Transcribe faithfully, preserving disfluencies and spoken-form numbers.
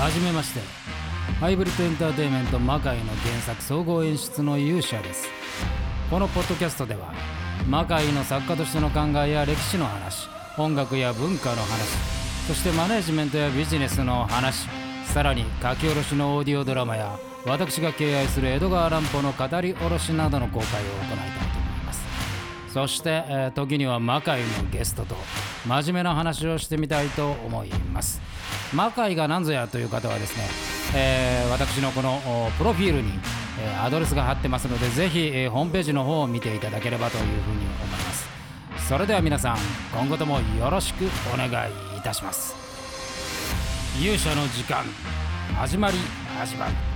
はじめまして。ハイブリッドエンターテインメント魔界の原作総合演出の勇者です。このポッドキャストでは魔界の作家としての考えや歴史の話、音楽や文化の話、そしてマネジメントやビジネスの話、さらに書き下ろしのオーディオドラマや私が敬愛する江戸川乱歩の語り下ろしなどの公開を行いたいと思います。そして、えー、時には魔界のゲストと真面目な話をしてみたいと思います。魔界が何ぞやという方はですね、えー、私のこのプロフィールに、えー、アドレスが貼ってますので、ぜひ、えー、ホームページの方を見ていただければというふうに思います。それでは皆さん、今後ともよろしくお願いいたします。勇者の時間、始まり始まる。